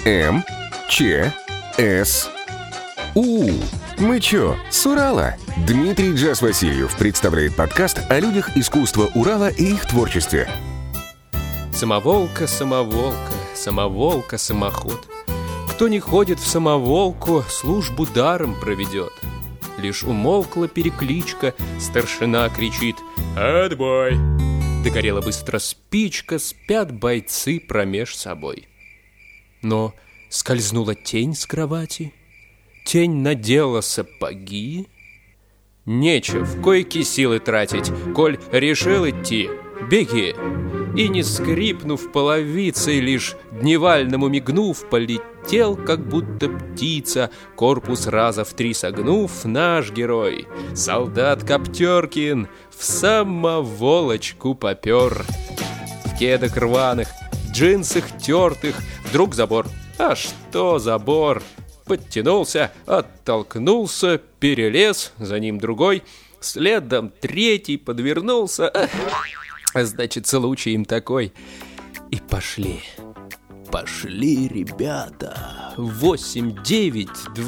М, Ч, С, У. Мы чё, с Урала? Дмитрий Джаз Васильев представляет подкаст о людях искусства Урала и их творчестве. Самоволка, самоволка, самоволка, самоход. Кто не ходит в самоволку, службу даром проведет. Лишь умолкла перекличка, старшина кричит: «Отбой!» Догорела быстро спичка, спят бойцы промеж собой. Но скользнула тень с кровати, тень надела сапоги. Нечего в койке силы тратить, коль решил идти, беги. И не скрипнув половицей, лишь дневальному мигнув, полетел, как будто птица, корпус раза в 3 согнув, наш герой, солдат Коптеркин, в самоволочку попер. В кедах рваных, джинсах тертых, вдруг забор. А что забор? Подтянулся, оттолкнулся, перелез, за ним другой, следом третий подвернулся. Значит, случай им такой. И пошли. Пошли, ребята. 8, 9,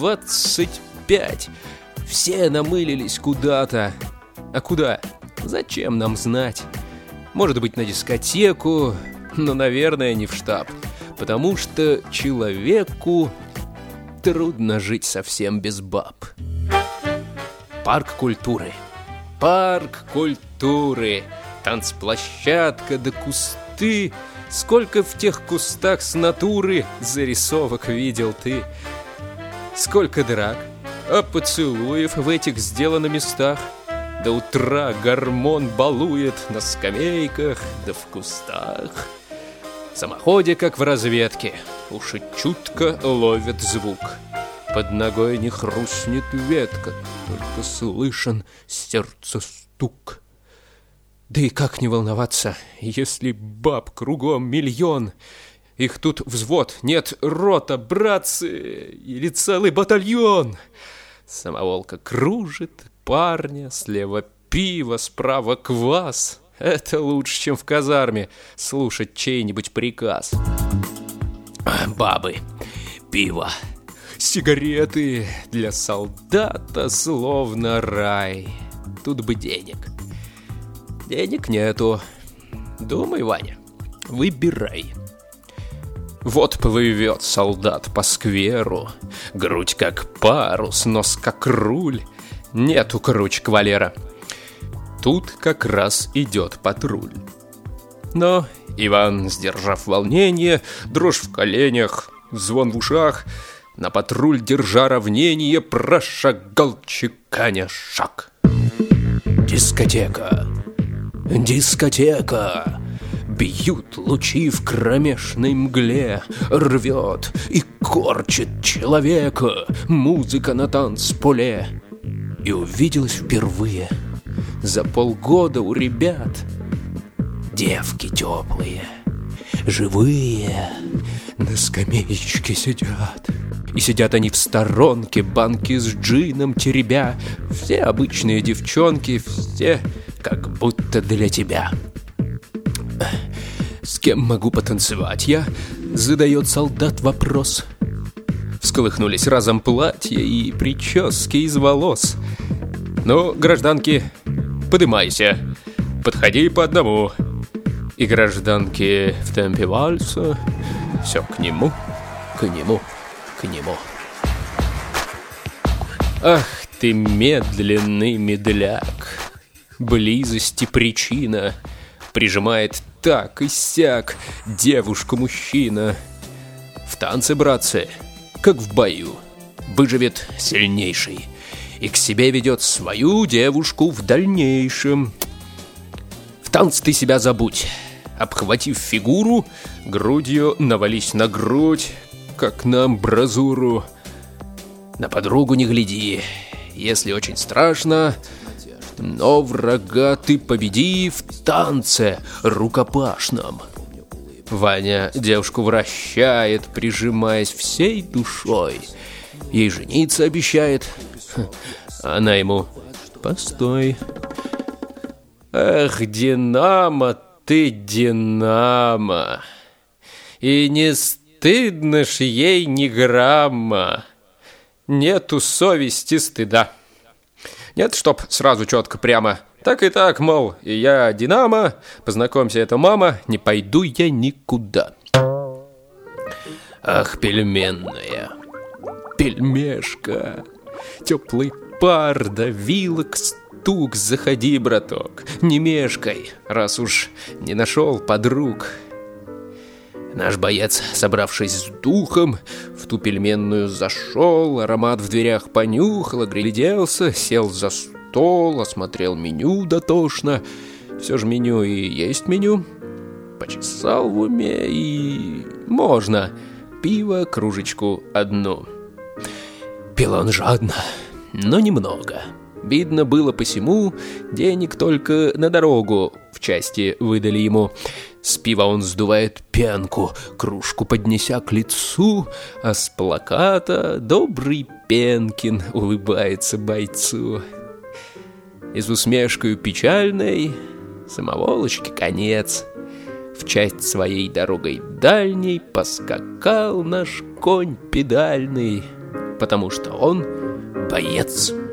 25. Все намылились куда-то. А куда? Зачем нам знать? Может быть, на дискотеку, но, наверное, не в штаб. Потому что человеку трудно жить совсем без баб. Парк культуры. Парк культуры. Танцплощадка да кусты. Сколько в тех кустах с натуры зарисовок видел ты. Сколько драк, а поцелуев в этих сделано местах. До утра гормон балует на скамейках да в кустах. В самоходе, как в разведке, уши чутко ловят звук. Под ногой не хрустнет ветка, только слышен сердце стук. Да и как не волноваться, если баб кругом миллион? Их тут взвод, нет, рота, братцы, или целый батальон. Самоволка кружит парня, слева пиво, справа квас. Это лучше, чем в казарме слушать чей-нибудь приказ. Бабы, пиво, сигареты для солдата словно рай. Тут бы денег. Денег нету. Думай, Ваня, выбирай. Вот плывет солдат по скверу, грудь как парус, нос как руль. Нету круче кавалера. Тут как раз идет патруль. Но Иван, сдержав волнение, дрожь в коленях, звон в ушах, на патруль, держа равнение, прошагал чеканя шаг. Дискотека. Дискотека. Бьют лучи в кромешной мгле, рвет и корчит человека музыка на танцполе. И увиделась впервые за полгода у ребят девки теплые, живые, на скамеечке сидят. И сидят они в сторонке, банки с джином теребя. Все обычные девчонки, все как будто для тебя. С кем могу потанцевать я? Задает солдат вопрос. Всколыхнулись разом платья и прически из волос. Ну, гражданки, подымайся, подходи по одному. И гражданки в темпе вальса все к нему, к нему, к нему. Ах ты, медленный медляк, близости причина, прижимает так и сяк девушку-мужчина. В танце, братцы, как в бою, выживет сильнейший и к себе ведет свою девушку в дальнейшем. В танц ты себя забудь, обхватив фигуру, грудью навались на грудь, как на амбразуру. На подругу не гляди, если очень страшно, но врага ты победи в танце рукопашном. Ваня девушку вращает, прижимаясь всей душой. Ей жениться обещает. Она ему: постой. Эх, Динамо, ты Динамо. И не стыдно ж ей ни грамма. Нету совести, стыда. Нет, чтоб сразу четко прямо. Так и так, мол, и я Динамо, познакомься, это мама, не пойду я никуда. Ах, пельменная, пельмешка, теплый пар да вилок стук, заходи, браток, не мешкай, раз уж не нашел подруг. Наш боец, собравшись с духом, в ту пельменную зашел, аромат в дверях понюхал, огляделся, сел за стол, осмотрел меню дотошно. Все же меню и есть меню. Почесал в уме и... можно. Пиво, кружечку одну. Пил он жадно, но немного. Видно было посему, денег только на дорогу в части выдали ему. С пива он сдувает пенку, кружку поднеся к лицу, а с плаката добрый Пенкин улыбается бойцу. И с усмешкою печальной самоволочки конец. В часть своей дорогой дальней поскакал наш конь педальный, потому что он боец.